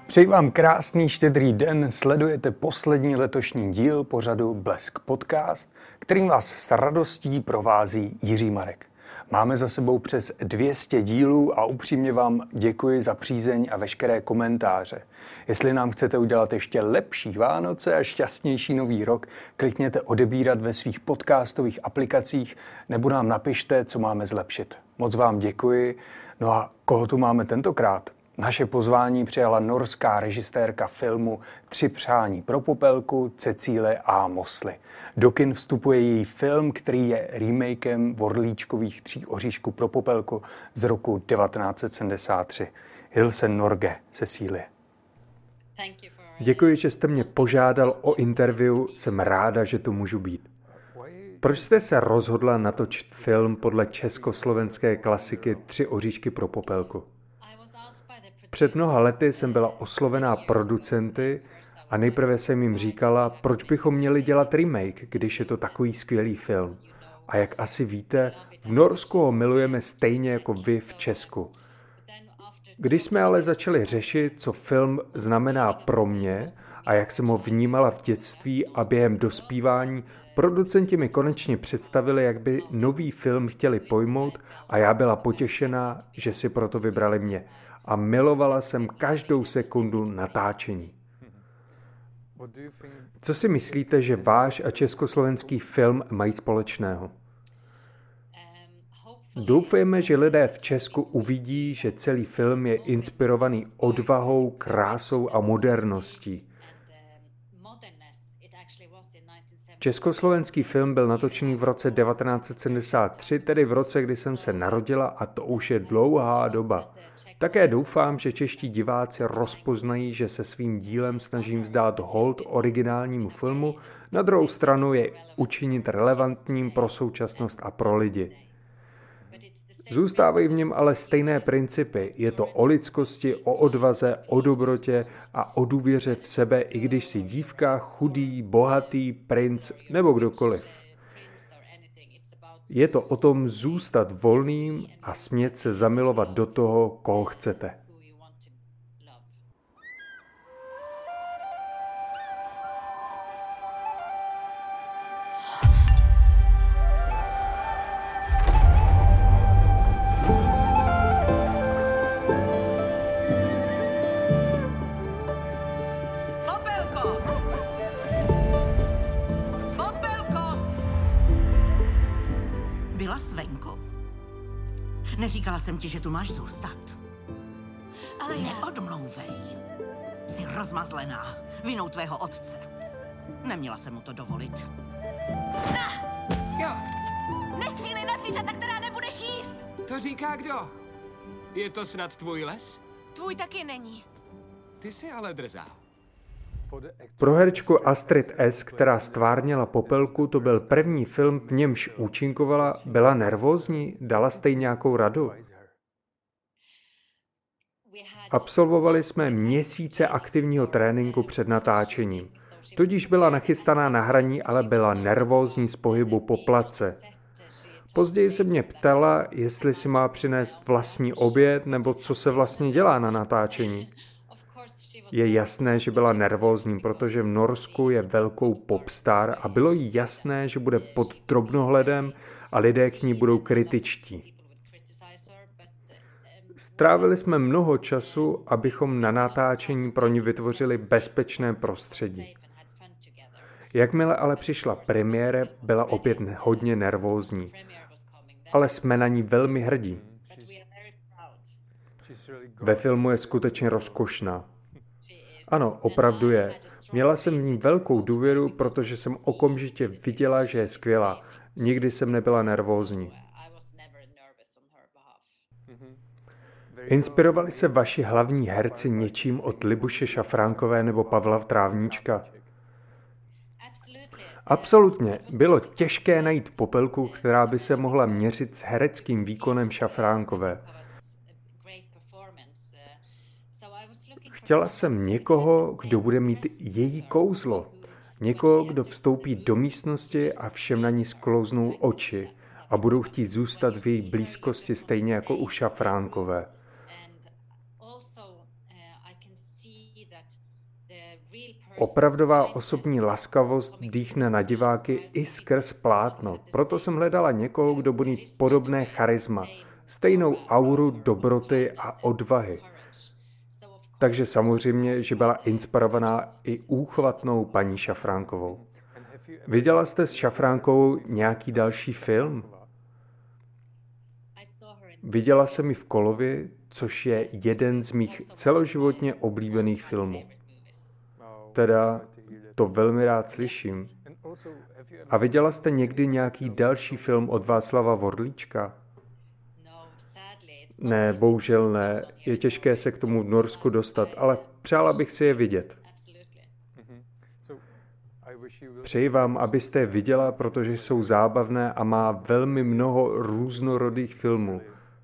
Přeji vám krásný štědrý den, sledujete poslední letošní díl pořadu Blesk Podcast, kterým vás s radostí provází Jiří Marek. Máme za sebou přes 200 dílů a upřímně vám děkuji za přízeň a veškeré komentáře. Jestli nám chcete udělat ještě lepší Vánoce a šťastnější nový rok, klikněte odebírat ve svých podcastových aplikacích nebo nám napište, co máme zlepšit. Moc vám děkuji. No a koho tu máme tentokrát? Naše pozvání přijala norská režisérka filmu Tři přání pro popelku Cecílie A. Mosley. Do kin vstupuje její film, který je remakem Vorlíčkových Tří oříšků pro popelku z roku 1973. Hilse Norge, Cecílie. Děkuji, že jste mě požádal o interview, jsem ráda, že tu můžu být. Proč jste se rozhodla natočit film podle československé klasiky Tři oříšky pro popelku? Před mnoha lety jsem byla oslovená producenty a nejprve jsem jim říkala, proč bychom měli dělat remake, když je to takový skvělý film. A jak asi víte, v Norsku ho milujeme stejně jako vy v Česku. Když jsme ale začali řešit, co film znamená pro mě a jak jsem ho vnímala v dětství a během dospívání, producenti mi konečně představili, jak by nový film chtěli pojmout a já byla potěšená, že si proto vybrali mě. A milovala jsem každou sekundu natáčení. Co si myslíte, že váš a československý film mají společného? Doufejme, že lidé v Česku uvidí, že celý film je inspirovaný odvahou, krásou a moderností. Československý film byl natočený v roce 1973, tedy v roce, kdy jsem se narodila, a to už je dlouhá doba. Také doufám, že čeští diváci rozpoznají, že se svým dílem snažím vzdát hold originálnímu filmu, na druhou stranu je učinit relevantním pro současnost a pro lidi. Zůstávají v něm ale stejné principy. Je to o lidskosti, o odvaze, o dobrotě a o důvěře v sebe, i když si dívka, chudý, bohatý, princ nebo kdokoliv. Je to o tom zůstat volným a smět se zamilovat do toho, koho chcete. Neříkala jsem ti, že tu máš zůstat. Ale já... Neodmlouvej. Jsi rozmazlená vinou tvého otce. Neměla jsem mu to dovolit. Jo, Nestřílej na zvířata, která nebudeš jíst! to říká kdo? Je to snad tvůj les? Tvůj taky není. Ty jsi ale drzá. Pro herečku Astrid S., která stvárnila popelku, to byl první film, v němž účinkovala. Byla nervózní? Dala jste jí nějakou radu? Absolvovali jsme měsíce aktivního tréninku před natáčením. Tudíž byla nachystaná na hraní, ale byla nervózní z pohybu po place. Později se mě ptala, jestli si má přinést vlastní oběd, nebo co se vlastně dělá na natáčení. Je jasné, že byla nervózní, protože v Norsku je velkou popstar a bylo jí jasné, že bude pod drobnohledem a lidé k ní budou kritičtí. Strávili jsme mnoho času, abychom na natáčení pro ní vytvořili bezpečné prostředí. Jakmile ale přišla premiéra, byla opět hodně nervózní. Ale jsme na ní velmi hrdí. Ve filmu je skutečně rozkošná. Ano, opravdu je. Měla jsem v ní velkou důvěru, protože jsem okamžitě viděla, že je skvělá. Nikdy jsem nebyla nervózní. Inspirovali se vaši hlavní herci něčím od Libuše Šafránkové nebo Pavla Trávníčka? Absolutně. Bylo těžké najít popelku, která by se mohla měřit s hereckým výkonem Šafránkové. Chtěla jsem někoho, kdo bude mít její kouzlo. Někoho, kdo vstoupí do místnosti a všem na ní sklouznou oči a budou chtít zůstat v její blízkosti stejně jako u Šafránkové. Opravdová osobní laskavost dýchne na diváky i skrz plátno. Proto jsem hledala někoho, kdo bude mít podobné charisma, stejnou auru dobroty a odvahy. Takže samozřejmě, že byla inspirovaná i úchvatnou paní Šafránkovou. Viděla jste s Šafránkovou nějaký další film? Viděla jsem ji v Kolovi, což je jeden z mých celoživotně oblíbených filmů. Teda to velmi rád slyším. A viděla jste někdy nějaký další film od Václava Vorlíčka? Ne, bohužel ne. Je těžké se k tomu v Norsku dostat, ale přála bych si je vidět. Přeji vám, abyste je viděla, protože jsou zábavné a má velmi mnoho různorodých filmů.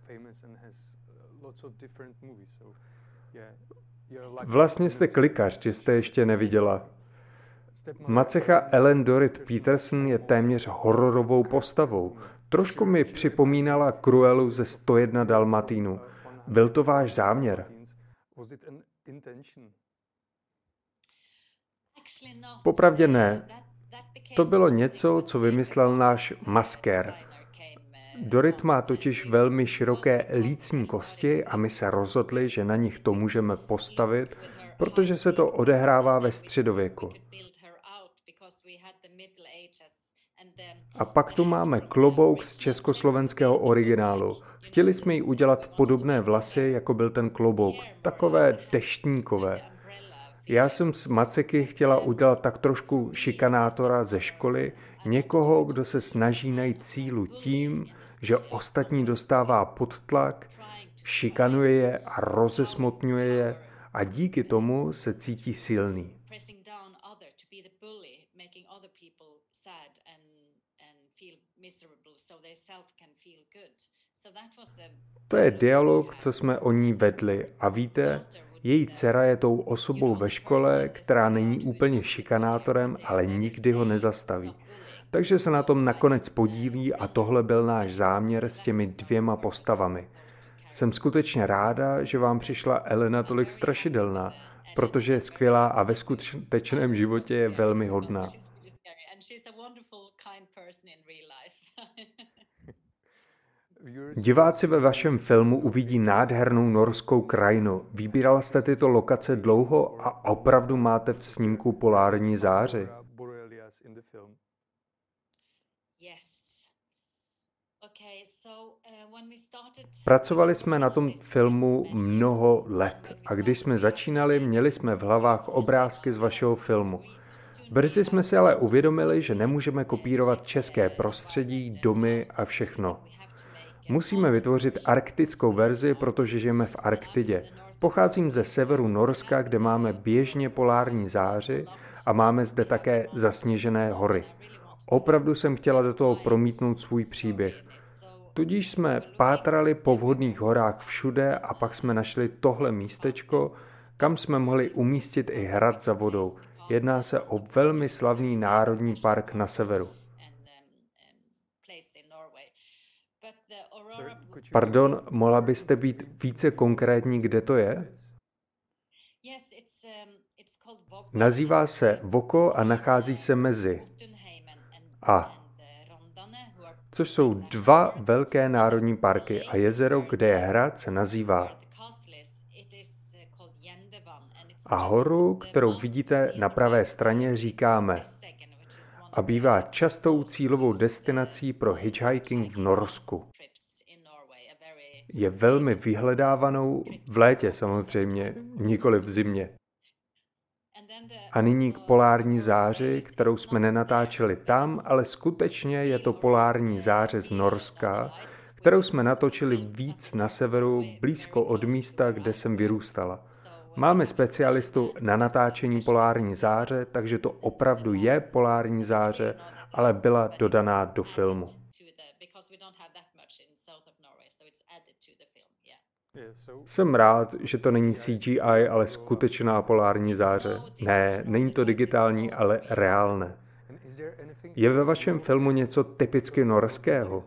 Vlastně jste klikař, že jste ještě neviděla. Macecha Ellen Dorrit Peterson je téměř hororovou postavou. Trošku mi připomínala Cruelu ze 101 Dalmatínů. Byl to váš záměr? Popravdě ne. To bylo něco, co vymyslel náš maskér. Dorrit má totiž velmi široké lícní kosti a my se rozhodli, že na nich to můžeme postavit, protože se to odehrává ve středověku. A pak tu máme klobouk z československého originálu. Chtěli jsme jí udělat podobné vlasy, jako byl ten klobouk, takové deštníkové. Já jsem z Maceky chtěla udělat tak trošku šikanátora ze školy, někoho, kdo se snaží najít sílu tím, že ostatní dostává pod tlak, šikanuje je a rozesmotňuje je a díky tomu se cítí silný. To je dialog, co jsme o ní vedli a víte, její dcera je tou osobou ve škole, která není úplně šikanátorem, ale nikdy ho nezastaví. Takže se na tom nakonec podílí a tohle byl náš záměr s těmi dvěma postavami. Jsem skutečně ráda, že vám přišla Elena tolik strašidelná, protože je skvělá a ve skutečném životě je velmi hodná. Diváci ve vašem filmu uvidí nádhernou norskou krajinu. Vybírala jste tyto lokace dlouho a opravdu máte v snímku polární záři. Pracovali jsme na tom filmu mnoho let a když jsme začínali, měli jsme v hlavách obrázky z vašeho filmu. Brzy jsme si ale uvědomili, že nemůžeme kopírovat české prostředí, domy a všechno. Musíme vytvořit arktickou verzi, protože žijeme v Arktidě. Pocházím ze severu Norska, kde máme běžně polární záři a máme zde také zasněžené hory. Opravdu jsem chtěla do toho promítnout svůj příběh. Tudíž jsme pátrali po vhodných horách všude a pak jsme našli tohle místečko, kam jsme mohli umístit i hrad za vodou. Jedná se o velmi slavný národní park na severu. Pardon, mohla byste být více konkrétní, kde to je? Nazývá se Voko a nachází se mezi což jsou dva velké národní parky a jezero, kde je hrad, se nazývá a horu, kterou vidíte na pravé straně, říkáme a bývá častou cílovou destinací pro hitchhiking v Norsku. Je velmi vyhledávanou v létě samozřejmě, nikoli v zimě. A nyní k polární záři, kterou jsme nenatáčeli tam, ale skutečně je to polární záře z Norska, kterou jsme natočili víc na severu, blízko od místa, kde jsem vyrůstala. Máme specialistu na natáčení polární záře, takže to opravdu je polární záře, ale byla dodaná do filmu. Jsem rád, že to není CGI, ale skutečná polární záře. Ne, není to digitální, ale reálné. Je ve vašem filmu něco typicky norského?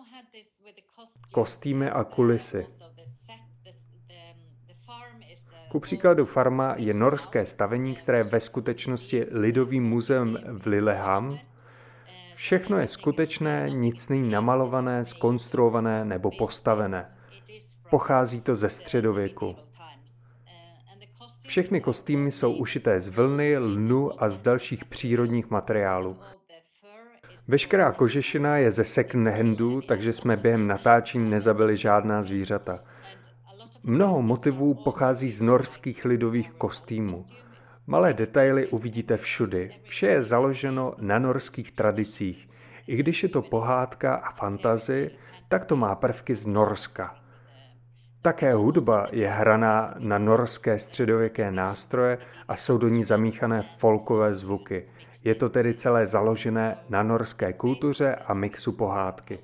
Kostýmy a kulisy. Ku příkladu farma je norské stavení, které je ve skutečnosti lidovým muzeem v Lillehamn. Všechno je skutečné, nic není namalované, zkonstruované nebo postavené. Pochází to ze středověku. Všechny kostýmy jsou ušité z vlny, lnu a z dalších přírodních materiálů. Veškerá kožešina je ze second handu, takže jsme během natáčení nezabili žádná zvířata. Mnoho motivů pochází z norských lidových kostýmů. Malé detaily uvidíte všudy. Vše je založeno na norských tradicích. I když je to pohádka a fantasy, tak to má prvky z Norska. Také hudba je hraná na norské středověké nástroje a jsou do ní zamíchané folkové zvuky. Je to tedy celé založené na norské kultuře a mixu pohádky.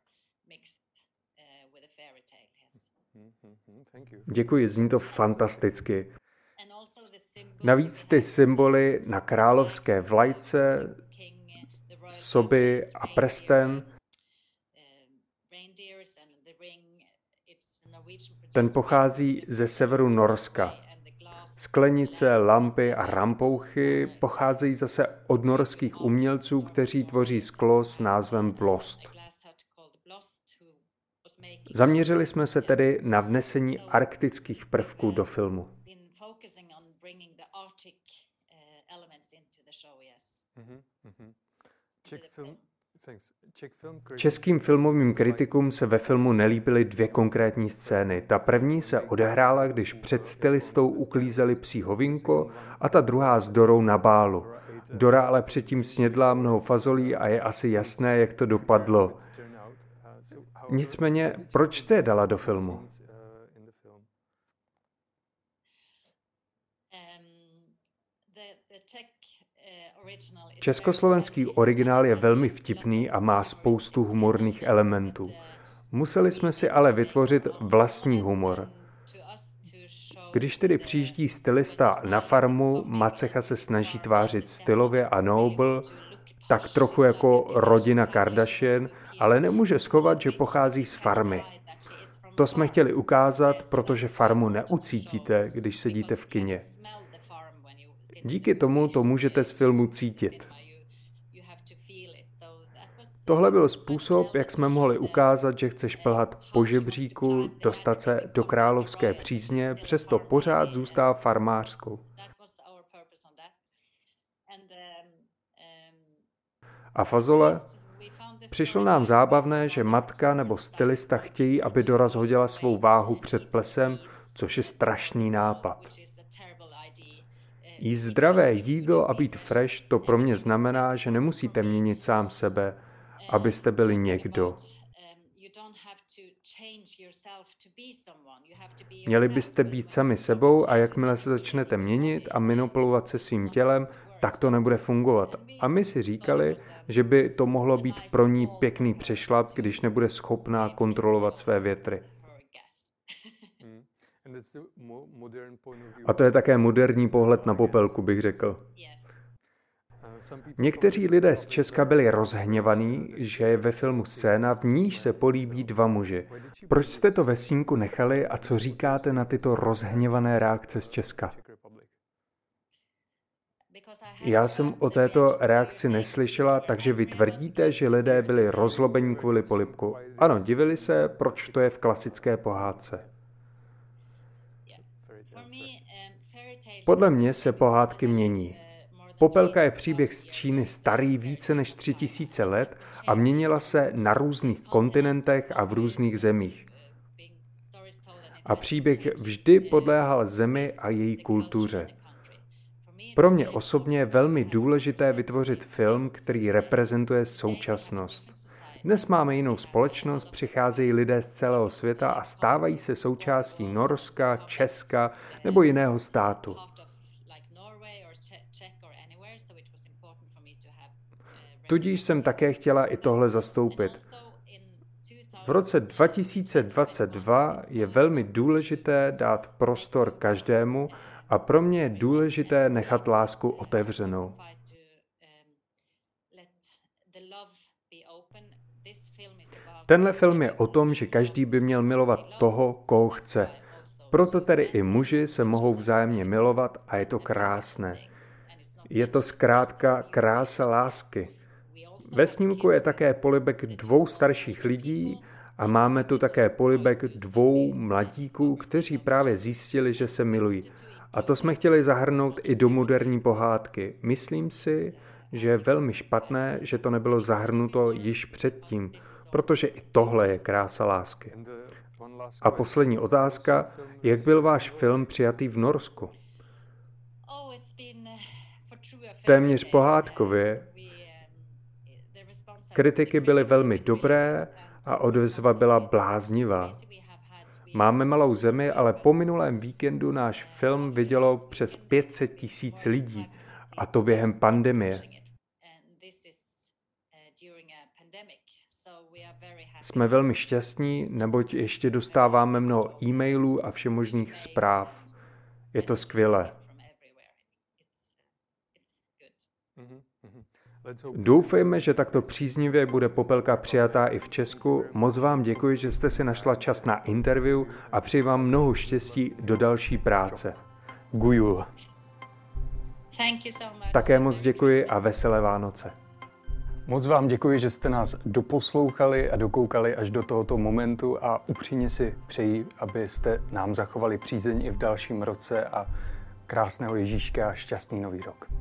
Děkuji, zní to fantasticky. Navíc ty symboly na královské vlajce, soby a prsten, ten pochází ze severu Norska. Sklenice, lampy a rampouchy pocházejí zase od norských umělců, kteří tvoří sklo s názvem Blost. Zaměřili jsme se tedy na vnesení arktických prvků do filmu. Českým filmovým kritikům se ve filmu nelíbily dvě konkrétní scény. Ta první se odehrála, když před stylistou uklízeli psí hovínko a ta druhá s Dorou na bálu. Dora ale předtím snědla mnoho fazolí a je asi jasné, jak to dopadlo. Nicméně, proč jste je dala do filmu? Československý originál je velmi vtipný a má spoustu humorných elementů. Museli jsme si ale vytvořit vlastní humor. Když tedy přijíždí stylista na farmu, Macecha se snaží tvářit stylově a noble, tak trochu jako rodina Kardashian, ale nemůže schovat, že pochází z farmy. To jsme chtěli ukázat, protože farmu neucítíte, když sedíte v kině. Díky tomu to můžete z filmu cítit. Tohle byl způsob, jak jsme mohli ukázat, že chceš plhat po žebříku, dostat se do královské přízně, přesto pořád zůstává farmářskou. A fazole? Přišlo nám zábavné, že matka nebo stylista chtějí, aby Dora zhodila svou váhu před plesem, což je strašný nápad. Jíst zdravé jídlo a být fresh, to pro mě znamená, že nemusíte měnit sám sebe, abyste byli někdo. Měli byste být sami sebou a jakmile se začnete měnit a manipulovat se svým tělem, tak to nebude fungovat. A my si říkali, že by to mohlo být pro ní pěkný přešlap, když nebude schopná kontrolovat své větry. A to je také moderní pohled na popelku, bych řekl. Někteří lidé z Česka byli rozhněvaní, že je ve filmu scéna, v níž se políbí dva muži. Proč jste to ve snímku nechali a co říkáte na tyto rozhněvané reakce z Česka? Já jsem o této reakci neslyšela, takže vy tvrdíte, že lidé byli rozlobení kvůli polibku. Ano, divili se, proč to je v klasické pohádce. Podle mě se pohádky mění. Popelka je příběh z Číny starý více než 3000 let a měnila se na různých kontinentech a v různých zemích. A příběh vždy podléhal zemi a její kultuře. Pro mě osobně je velmi důležité vytvořit film, který reprezentuje současnost. Dnes máme jinou společnost, přicházejí lidé z celého světa a stávají se součástí Norska, Česka nebo jiného státu. Tudíž jsem také chtěla i tohle zastoupit. V roce 2022 je velmi důležité dát prostor každému a pro mě je důležité nechat lásku otevřenou. Tenhle film je o tom, že každý by měl milovat toho, koho chce. Proto tedy i muži se mohou vzájemně milovat a je to krásné. Je to zkrátka krása lásky. Ve snímku je také polibek 2 starších lidí a máme tu také polibek 2 mladíků, kteří právě zjistili, že se milují. A to jsme chtěli zahrnout i do moderní pohádky. Myslím si, že je velmi špatné, že to nebylo zahrnuto již předtím, protože i tohle je krása lásky. A poslední otázka, jak byl váš film přijatý v Norsku? Téměř pohádkově. Kritiky byly velmi dobré a odezva byla bláznivá. Máme malou zemi, ale po minulém víkendu náš film vidělo přes 500 000 lidí, a to během pandemie. Jsme velmi šťastní, neboť ještě dostáváme mnoho e-mailů a všemožných zpráv. Je to skvělé. Doufejme, že takto příznivě bude Popelka přijatá i v Česku. Moc vám děkuji, že jste si našla čas na interview a přeji vám mnoho štěstí do další práce. Gujul. Také moc děkuji a veselé Vánoce. Moc vám děkuji, že jste nás doposlouchali a dokoukali až do tohoto momentu a upřímně si přeji, abyste nám zachovali přízeň i v dalším roce a krásného Ježíška a šťastný nový rok.